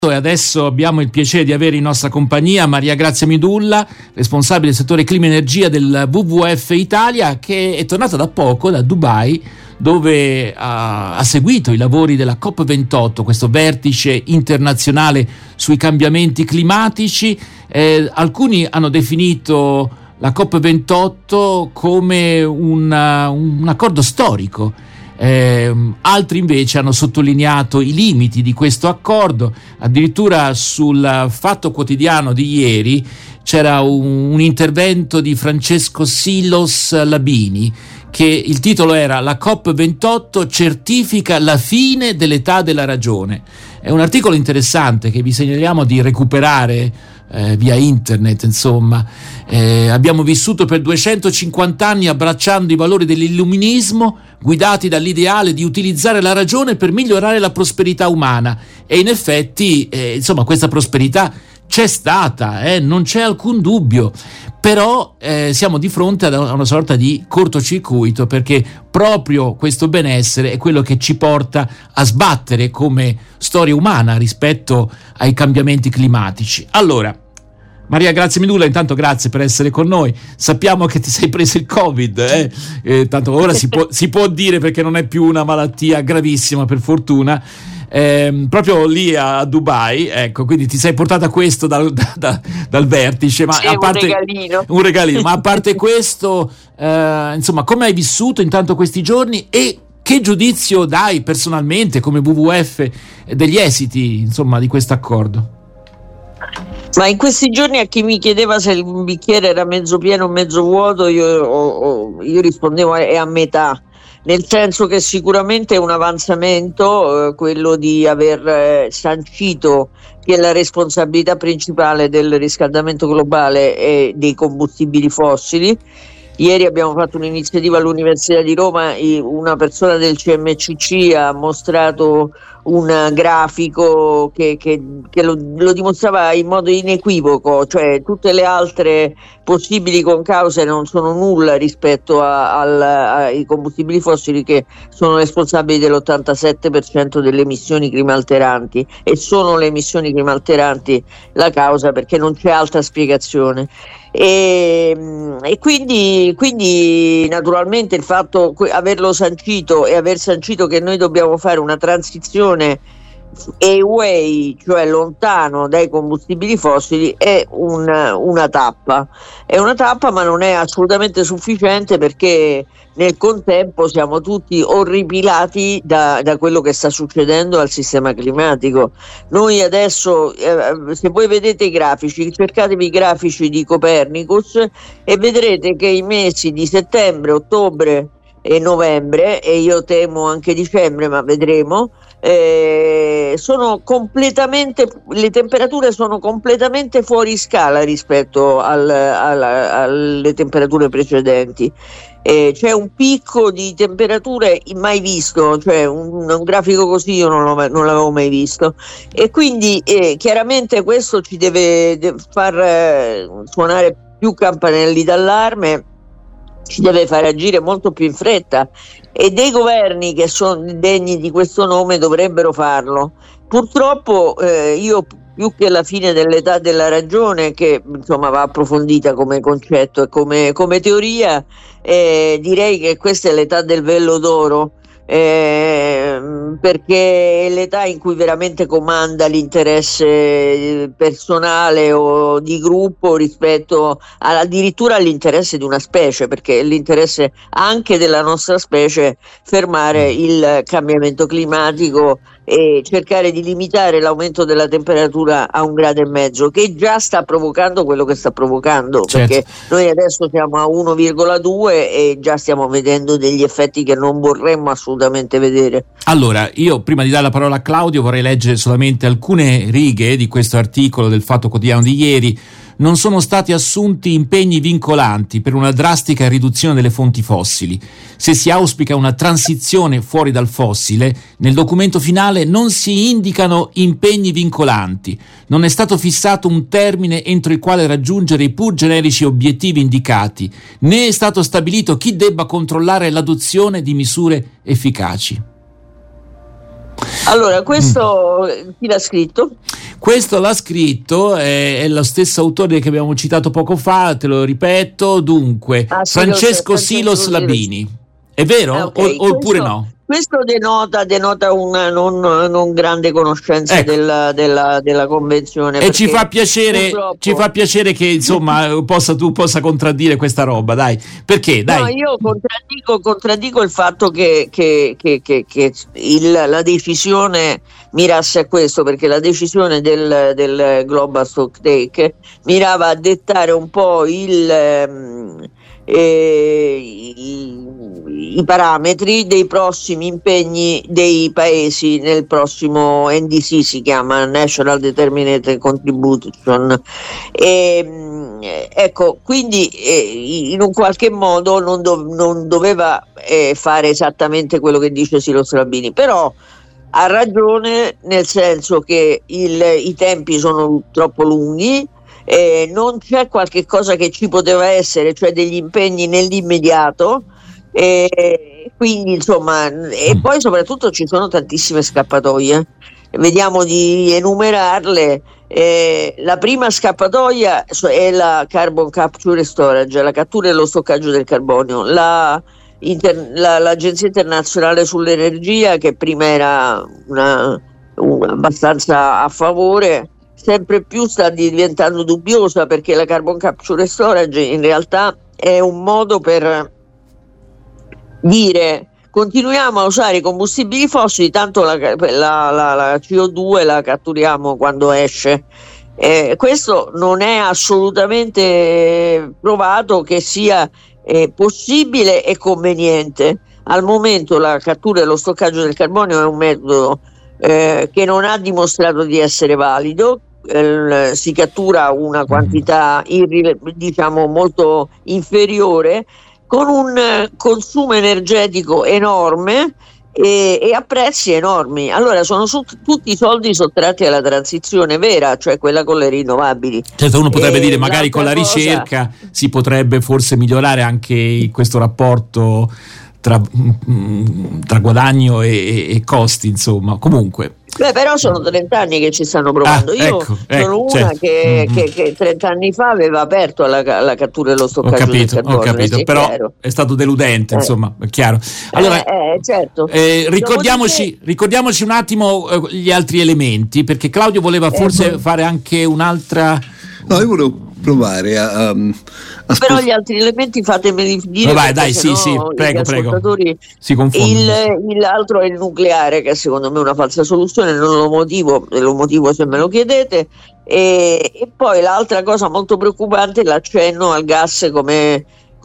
E adesso abbiamo il piacere di avere in nostra compagnia Maria Grazia Midulla, responsabile del settore clima e energia del WWF Italia, che è tornata da poco da Dubai, dove ha seguito i lavori della COP28, questo vertice internazionale sui cambiamenti climatici. Alcuni hanno definito la COP28 come un accordo storico. Altri invece hanno sottolineato i limiti di questo accordo. Addirittura sul Fatto Quotidiano di ieri c'era un intervento di Francesco Silos Labini, che il titolo era "La COP28 certifica la fine dell'età della ragione". È un articolo interessante che vi segnaliamo di recuperare via internet. Insomma, abbiamo vissuto per 250 anni abbracciando i valori dell'illuminismo, guidati dall'ideale di utilizzare la ragione per migliorare la prosperità umana, e in effetti insomma questa prosperità c'è stata, non c'è alcun dubbio, però siamo di fronte a una sorta di cortocircuito, perché proprio questo benessere è quello che ci porta a sbattere come storia umana rispetto ai cambiamenti climatici. Allora, Maria Grazia Midulla, intanto grazie per essere con noi. Sappiamo che ti sei preso il Covid, tanto ora si può dire, perché non è più una malattia gravissima, per fortuna. Proprio lì a Dubai, ecco, quindi ti sei portata questo dal vertice, ma sì, a parte un regalino, ma a parte questo, insomma, come hai vissuto intanto questi giorni e che giudizio dai personalmente come WWF degli esiti, insomma, di questo accordo? Ma in questi giorni, a chi mi chiedeva se il bicchiere era mezzo pieno o mezzo vuoto, io rispondevo è a metà. Nel senso che sicuramente è un avanzamento quello di aver sancito che la responsabilità principale del riscaldamento globale è dei combustibili fossili. Ieri abbiamo fatto un'iniziativa all'Università di Roma, una persona del CMCC ha mostrato un grafico che lo dimostrava in modo inequivoco, cioè tutte le altre possibili concause non sono nulla rispetto ai combustibili fossili, che sono responsabili dell'87% delle emissioni climalteranti, e sono le emissioni climalteranti la causa, perché non c'è altra spiegazione. E quindi naturalmente il fatto averlo sancito e aver sancito che noi dobbiamo fare una transizione away, cioè lontano dai combustibili fossili, è una tappa, ma non è assolutamente sufficiente, perché nel contempo siamo tutti orripilati da quello che sta succedendo al sistema climatico. Noi adesso, se voi vedete i grafici, cercatevi i grafici di Copernicus e vedrete che i mesi di settembre, ottobre e novembre, e io temo anche dicembre, ma vedremo, sono completamente, le temperature sono completamente fuori scala rispetto alle temperature precedenti. C'è un picco di temperature mai visto, cioè un grafico così io non l'avevo mai visto, e quindi chiaramente questo ci deve far suonare più campanelli d'allarme, ci deve far agire molto più in fretta, e dei governi che sono degni di questo nome dovrebbero farlo. Purtroppo io, più che la fine dell'età della ragione, che insomma va approfondita come concetto e come teoria, direi che questa è l'età del vello d'oro, perché è l'età in cui veramente comanda l'interesse personale o di gruppo rispetto addirittura all'interesse di una specie, perché è l'interesse anche della nostra specie fermare il cambiamento climatico e cercare di limitare l'aumento della temperatura a 1,5 gradi, che già sta provocando quello che sta provocando, certo. Perché noi adesso siamo a 1,2 e già stiamo vedendo degli effetti che non vorremmo assolutamente vedere. Allora, io prima di dare la parola a Claudio vorrei leggere solamente alcune righe di questo articolo del Fatto Quotidiano di ieri. Non sono stati assunti impegni vincolanti per una drastica riduzione delle fonti fossili. Se si auspica una transizione fuori dal fossile, nel documento finale non si indicano impegni vincolanti. Non è stato fissato un termine entro il quale raggiungere i pur generici obiettivi indicati, né è stato stabilito chi debba controllare l'adozione di misure efficaci. Allora, questo chi l'ha scritto? Questo l'ha scritto, è lo stesso autore che abbiamo citato poco fa, te lo ripeto, dunque, Francesco Silos Labini. È vero? Okay. Oppure no? Questo denota una non grande conoscenza, ecco, della convenzione. E ci fa piacere che insomma tu possa contraddire questa roba, dai. Perché? Dai. No, io contraddico il fatto che la decisione mirasse a questo, perché la decisione del Global Stocktake mirava a dettare un po' i parametri dei prossimi impegni dei paesi nel prossimo NDC, si chiama National Determined Contribution, ecco, quindi in un qualche modo non doveva fare esattamente quello che dice Silos Labini, però ha ragione, nel senso che i tempi sono troppo lunghi. Non c'è qualche cosa che ci poteva essere, cioè degli impegni nell'immediato, quindi insomma, e poi soprattutto ci sono tantissime scappatoie, vediamo di enumerarle. La prima scappatoia è la Carbon Capture and Storage, la cattura e lo stoccaggio del carbonio. L'Agenzia internazionale sull'energia, che prima era abbastanza a favore, sempre più sta diventando dubbiosa, perché la Carbon Capture and Storage in realtà è un modo per dire: continuiamo a usare i combustibili fossili, tanto la CO2 la catturiamo quando esce. Questo non è assolutamente provato che sia possibile e conveniente. Al momento la cattura e lo stoccaggio del carbonio è un metodo che non ha dimostrato di essere valido. Si cattura una quantità diciamo molto inferiore, con un consumo energetico enorme e a prezzi enormi. Allora sono tutti soldi sottratti alla transizione vera, cioè quella con le rinnovabili. Certo, uno potrebbe dire magari con la ricerca si potrebbe forse migliorare anche questo rapporto tra guadagno e costi, insomma. Comunque però sono 30 anni che ci stanno provando. Io sono una che 30 anni fa aveva aperto alla cattura e lo stoccaggio del carbonio. Ho capito, però chiaro, è stato deludente, insomma, è chiaro. Allora, certo. Ricordiamoci un attimo gli altri elementi, perché Claudio voleva forse fare anche un'altra. No, io volevo provare a però gli altri elementi fatemeli dire. Vai, dai, sì, prego. Si confondono. L'altro è il nucleare, che secondo me è una falsa soluzione, non lo motivo se me lo chiedete, e poi l'altra cosa molto preoccupante è l'accenno al gas come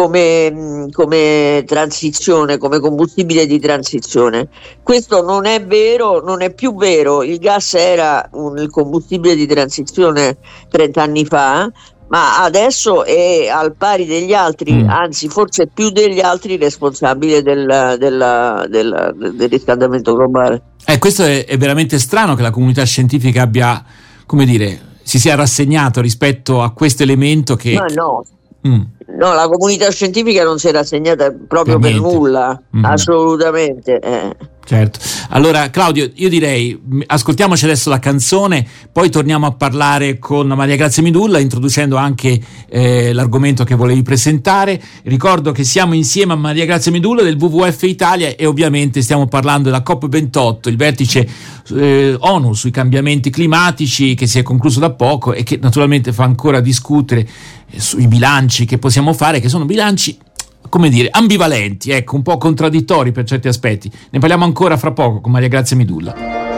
transizione, come combustibile di transizione. Questo non è vero, non è più vero. Il gas era il combustibile di transizione 30 anni fa, ma adesso è al pari degli altri, anzi forse più degli altri, responsabile del riscaldamento globale. Questo è veramente strano, che la comunità scientifica abbia, come dire, si sia rassegnato rispetto a questo elemento che... Ma no. No, la comunità scientifica non si è rassegnata proprio per nulla, assolutamente. Certo. Allora Claudio, io direi ascoltiamoci adesso la canzone, poi torniamo a parlare con Maria Grazia Midulla, introducendo anche l'argomento che volevi presentare. Ricordo che siamo insieme a Maria Grazia Midulla del WWF Italia e ovviamente stiamo parlando della COP28, il vertice ONU sui cambiamenti climatici, che si è concluso da poco e che naturalmente fa ancora discutere sui bilanci che possiamo fare, che sono bilanci, come dire, ambivalenti, ecco, un po' contraddittori per certi aspetti. Ne parliamo ancora fra poco con Maria Grazia Midulla.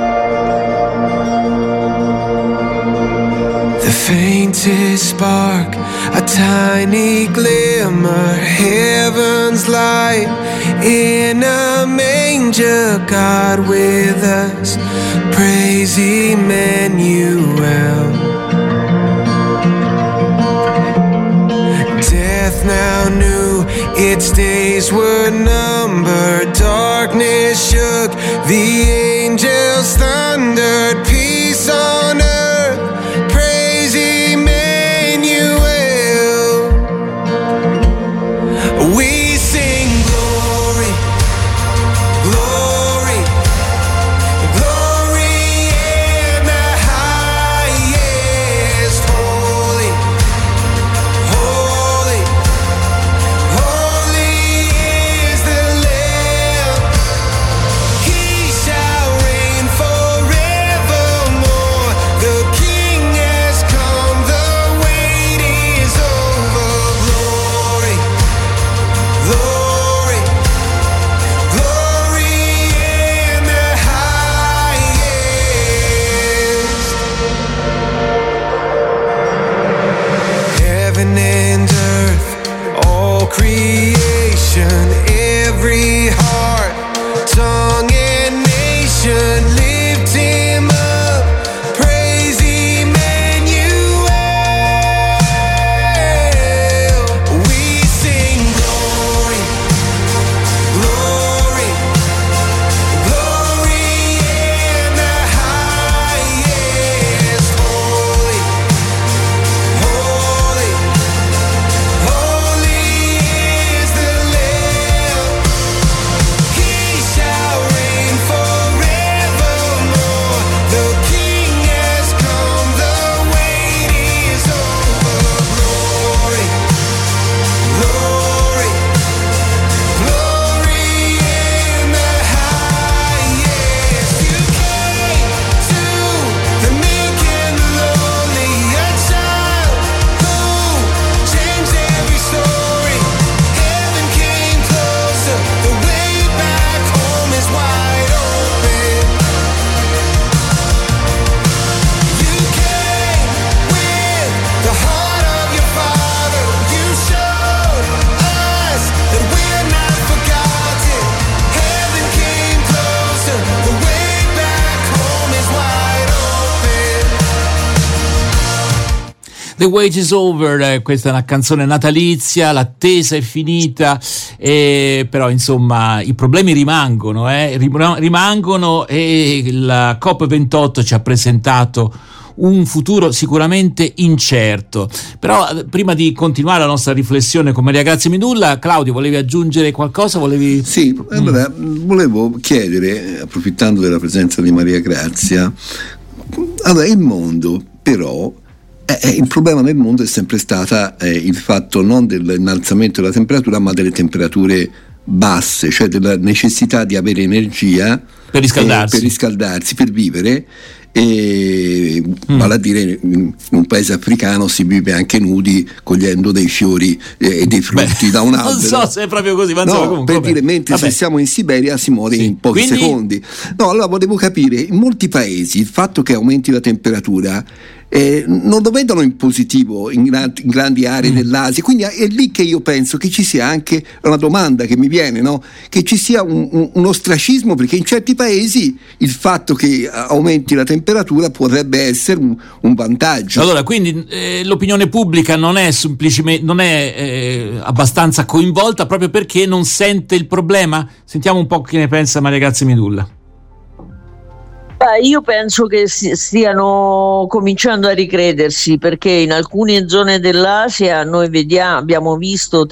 The faintest spark, a tiny glimmer, heaven's light in a manger, God with us, praise Emmanuel. Death now knew its days were numbered, darkness shook, the angels thundered, peace on earth, praise Emmanuel. We sing glory, glory, glory. The Wait is Over, questa è una canzone natalizia, l'attesa è finita, però insomma i problemi rimangono, rimangono, e la COP28 ci ha presentato un futuro sicuramente incerto. Però prima di continuare la nostra riflessione con Maria Grazia Midulla, Claudio, volevi aggiungere qualcosa? Sì, allora volevo chiedere, approfittando della presenza di Maria Grazia, allora il mondo però il problema del mondo è sempre stata il fatto non dell'innalzamento della temperatura, ma delle temperature basse, cioè della necessità di avere energia per riscaldarsi, per vivere. Vale a dire, in un paese africano si vive anche nudi cogliendo dei fiori e dei frutti da un albero. Non so se è proprio così, ma comunque, per dire, mentre se siamo in Siberia si muore in pochi secondi. No, allora volevo capire, in molti paesi il fatto che aumenti la temperatura non lo vedono in positivo in grandi aree dell'Asia, quindi è lì che io penso che ci sia anche una domanda che mi viene, no? Che ci sia un ostracismo, perché in certi paesi il fatto che aumenti la temperatura potrebbe essere un vantaggio. Allora, quindi l'opinione pubblica non è semplicemente abbastanza coinvolta proprio perché non sente il problema? Sentiamo un po' che ne pensa Maria Grazia Midulla. Io penso che stiano cominciando a ricredersi, perché in alcune zone dell'Asia noi abbiamo visto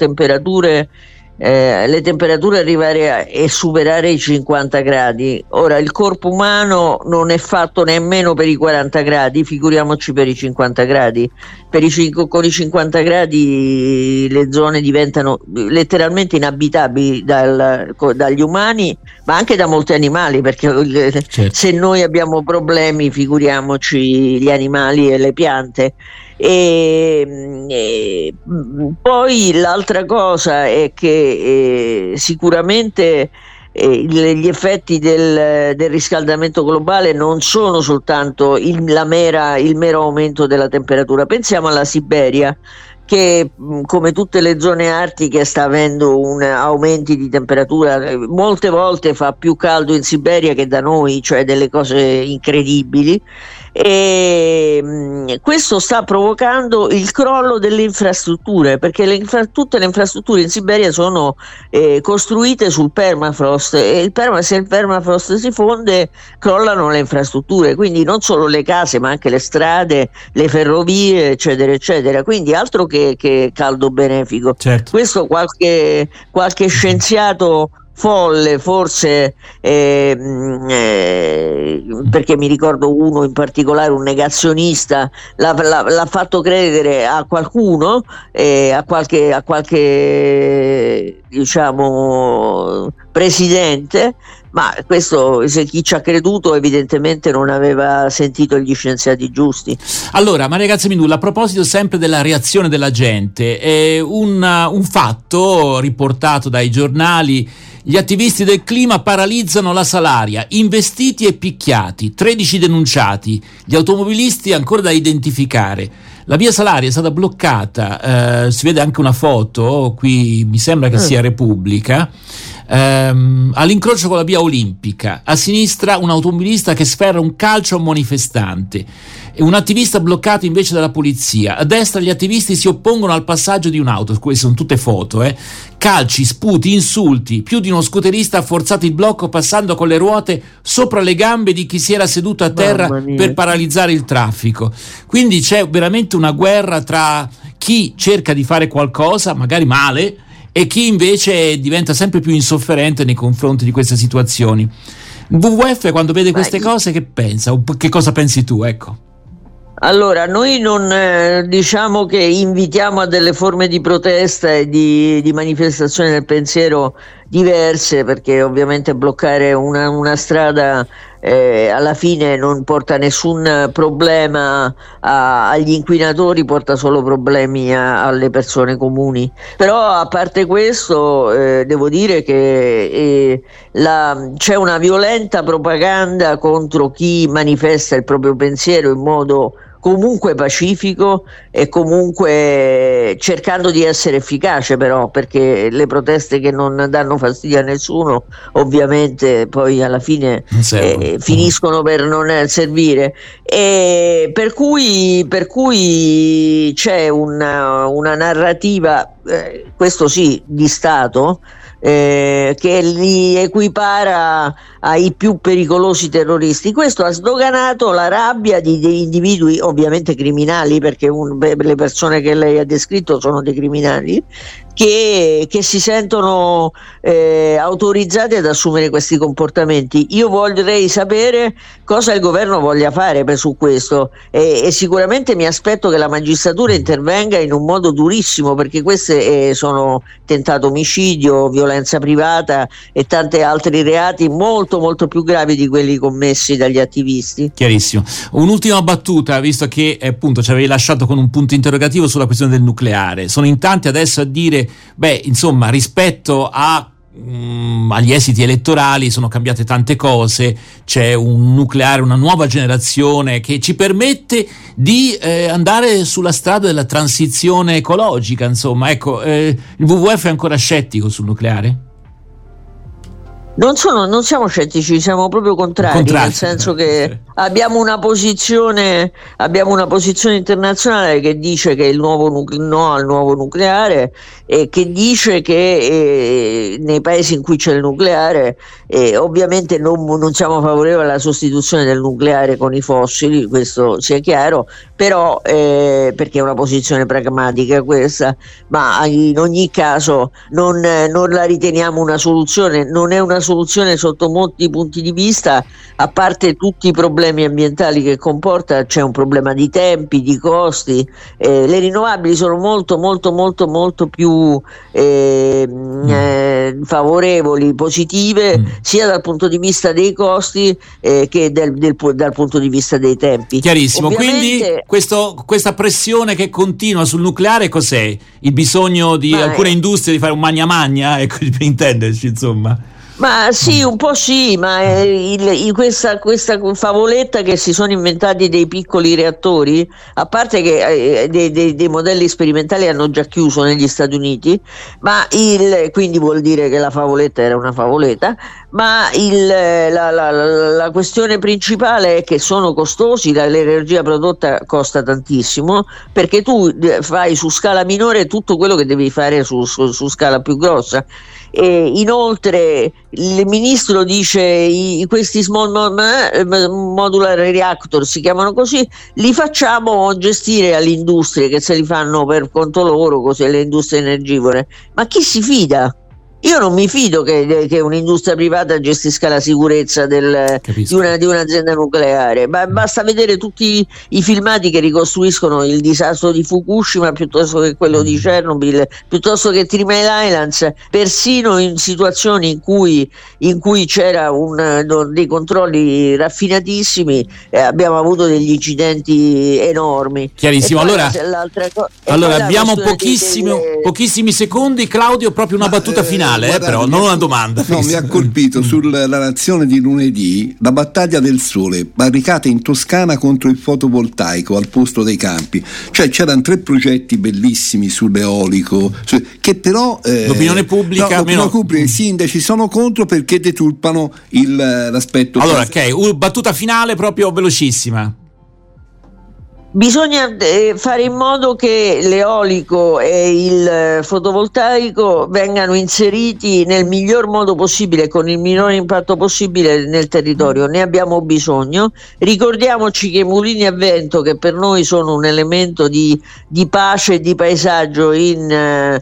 le temperature arrivare e superare i 50 gradi. Ora, il corpo umano non è fatto nemmeno per i 40 gradi, figuriamoci per i 50 gradi. Con i 50 gradi le zone diventano letteralmente inabitabili dagli umani, ma anche da molti animali, perché se noi abbiamo problemi, figuriamoci gli animali e le piante. E poi l'altra cosa è che sicuramente gli effetti del riscaldamento globale non sono soltanto il mero aumento della temperatura. Pensiamo alla Siberia, che come tutte le zone artiche sta avendo aumenti di temperatura. Molte volte fa più caldo in Siberia che da noi, cioè delle cose incredibili, e questo sta provocando il crollo delle infrastrutture, perché tutte le infrastrutture in Siberia sono costruite sul permafrost, e se il permafrost si fonde crollano le infrastrutture, quindi non solo le case ma anche le strade, le ferrovie, eccetera eccetera. Quindi altro che caldo benefico. Certo. Questo qualche scienziato folle forse, perché mi ricordo uno in particolare, un negazionista, l'ha fatto credere a qualcuno, a qualche diciamo presidente, ma questo, se chi ci ha creduto evidentemente non aveva sentito gli scienziati giusti. Allora, Maria Grazia Midulla, a proposito sempre della reazione della gente, un fatto riportato dai giornali: gli attivisti del clima paralizzano la Salaria, investiti e picchiati, 13 denunciati, gli automobilisti ancora da identificare. La via Salaria è stata bloccata, si vede anche una foto, qui mi sembra che sia Repubblica, all'incrocio con la via Olimpica. A sinistra un automobilista che sferra un calcio a un manifestante e un attivista bloccato invece dalla polizia. A destra gli attivisti si oppongono al passaggio di un'auto, queste sono tutte foto, calci, sputi, insulti. Più di uno scooterista ha forzato il blocco passando con le ruote sopra le gambe di chi si era seduto a terra per paralizzare il traffico. Quindi c'è veramente una guerra tra chi cerca di fare qualcosa, magari male, e chi invece diventa sempre più insofferente nei confronti di queste situazioni. Il WWF, quando vede queste cose, che pensa? O che cosa pensi tu? Ecco. Allora, noi non diciamo che invitiamo a delle forme di protesta e di manifestazione del pensiero diverse, perché ovviamente bloccare una strada alla fine non porta nessun problema agli inquinatori, porta solo problemi alle persone comuni. Però a parte questo devo dire che c'è una violenta propaganda contro chi manifesta il proprio pensiero in modo comunque pacifico e comunque cercando di essere efficace, però, perché le proteste che non danno fastidio a nessuno ovviamente poi alla fine finiscono per non servire, e per cui c'è una narrativa, questo sì, di Stato, che li equipara ai più pericolosi terroristi. Questo ha sdoganato la rabbia di individui ovviamente criminali, perché le persone che lei ha descritto sono dei criminali che si sentono autorizzati ad assumere questi comportamenti. Io vorrei sapere cosa il governo voglia fare su questo, e sicuramente mi aspetto che la magistratura intervenga in un modo durissimo, perché queste sono tentato omicidio, violenza privata e tanti altri reati molto molto più gravi di quelli commessi dagli attivisti. Chiarissimo. Un'ultima battuta, visto che appunto ci avevi lasciato con un punto interrogativo sulla questione del nucleare. Sono in tanti adesso a dire, insomma, rispetto agli esiti elettorali sono cambiate tante cose, c'è un nucleare, una nuova generazione che ci permette di andare sulla strada della transizione ecologica, insomma, ecco, il WWF è ancora scettico sul nucleare? Non siamo scettici, siamo proprio contrari, nel senso che abbiamo una posizione internazionale che dice che no al nuovo nucleare, e che dice che nei paesi in cui c'è il nucleare ovviamente non siamo favorevoli alla sostituzione del nucleare con i fossili, questo sia chiaro, però perché è una posizione pragmatica questa, ma in ogni caso non la riteniamo una soluzione, non è una soluzione sotto molti punti di vista, a parte tutti i problemi ambientali che comporta. C'è un problema di tempi, di costi, le rinnovabili sono molto molto molto molto più favorevoli, positive, sia dal punto di vista dei costi che dal punto di vista dei tempi. Chiarissimo. Ovviamente, quindi questa pressione che continua sul nucleare cos'è? Il bisogno di alcune industrie di fare un magna magna, ecco, per intenderci, insomma. Ma sì, un po' sì, ma questa favoletta che si sono inventati dei piccoli reattori, a parte che dei modelli sperimentali hanno già chiuso negli Stati Uniti, ma quindi vuol dire che la favoletta era una favoletta, ma la questione principale è che sono costosi, l'energia prodotta costa tantissimo, perché tu fai su scala minore tutto quello che devi fare su scala più grossa. E inoltre il ministro dice questi small modular reactor, si chiamano così, li facciamo gestire alle industrie che se li fanno per conto loro, così, le industrie energivore. Ma chi si fida? Io non mi fido che un'industria privata gestisca la sicurezza di un'azienda nucleare. Basta vedere tutti i filmati che ricostruiscono il disastro di Fukushima, piuttosto che quello di Chernobyl, piuttosto che Three Mile Islands, persino in situazioni in cui c'era dei controlli raffinatissimi, abbiamo avuto degli incidenti enormi. Chiarissimo. Allora abbiamo pochissimi secondi, Claudio, proprio una battuta finale. Però non una domanda. No, mi ha colpito sulla nazione di lunedì la battaglia del sole, barricate in Toscana contro il fotovoltaico al posto dei campi. Cioè c'erano 3 progetti bellissimi sull'eolico, che però l'opinione pubblica, i sindaci sono contro perché deturpano l'aspetto. Allora, ok, battuta finale proprio velocissima. Bisogna fare in modo che l'eolico e il fotovoltaico vengano inseriti nel miglior modo possibile, con il minore impatto possibile nel territorio. Ne abbiamo bisogno. Ricordiamoci che i mulini a vento, che per noi sono un elemento di pace e di paesaggio in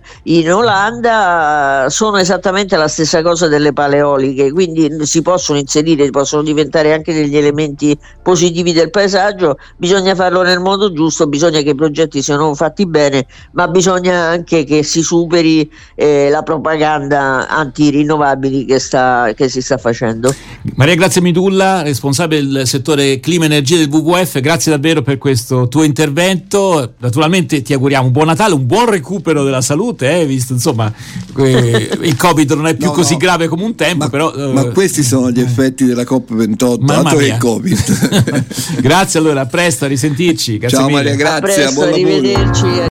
Olanda, sono esattamente la stessa cosa delle pale eoliche, quindi si possono inserire, possono diventare anche degli elementi positivi del paesaggio. Bisogna farlo nel modo giusto, bisogna che i progetti siano fatti bene, ma bisogna anche che si superi la propaganda anti-rinnovabili che si sta facendo. Maria Grazia Midulla, responsabile del settore clima e energia del WWF, grazie davvero per questo tuo intervento. Naturalmente ti auguriamo un buon Natale, un buon recupero della salute, visto insomma il Covid non è più così grave come un tempo, ma questi sono gli effetti della COP28, altro che il Covid. Grazie, allora, a presto, a risentirci. arrivederci. Grazie Ciao mille. Maria, grazie, A presto, buon lavoro. arrivederci.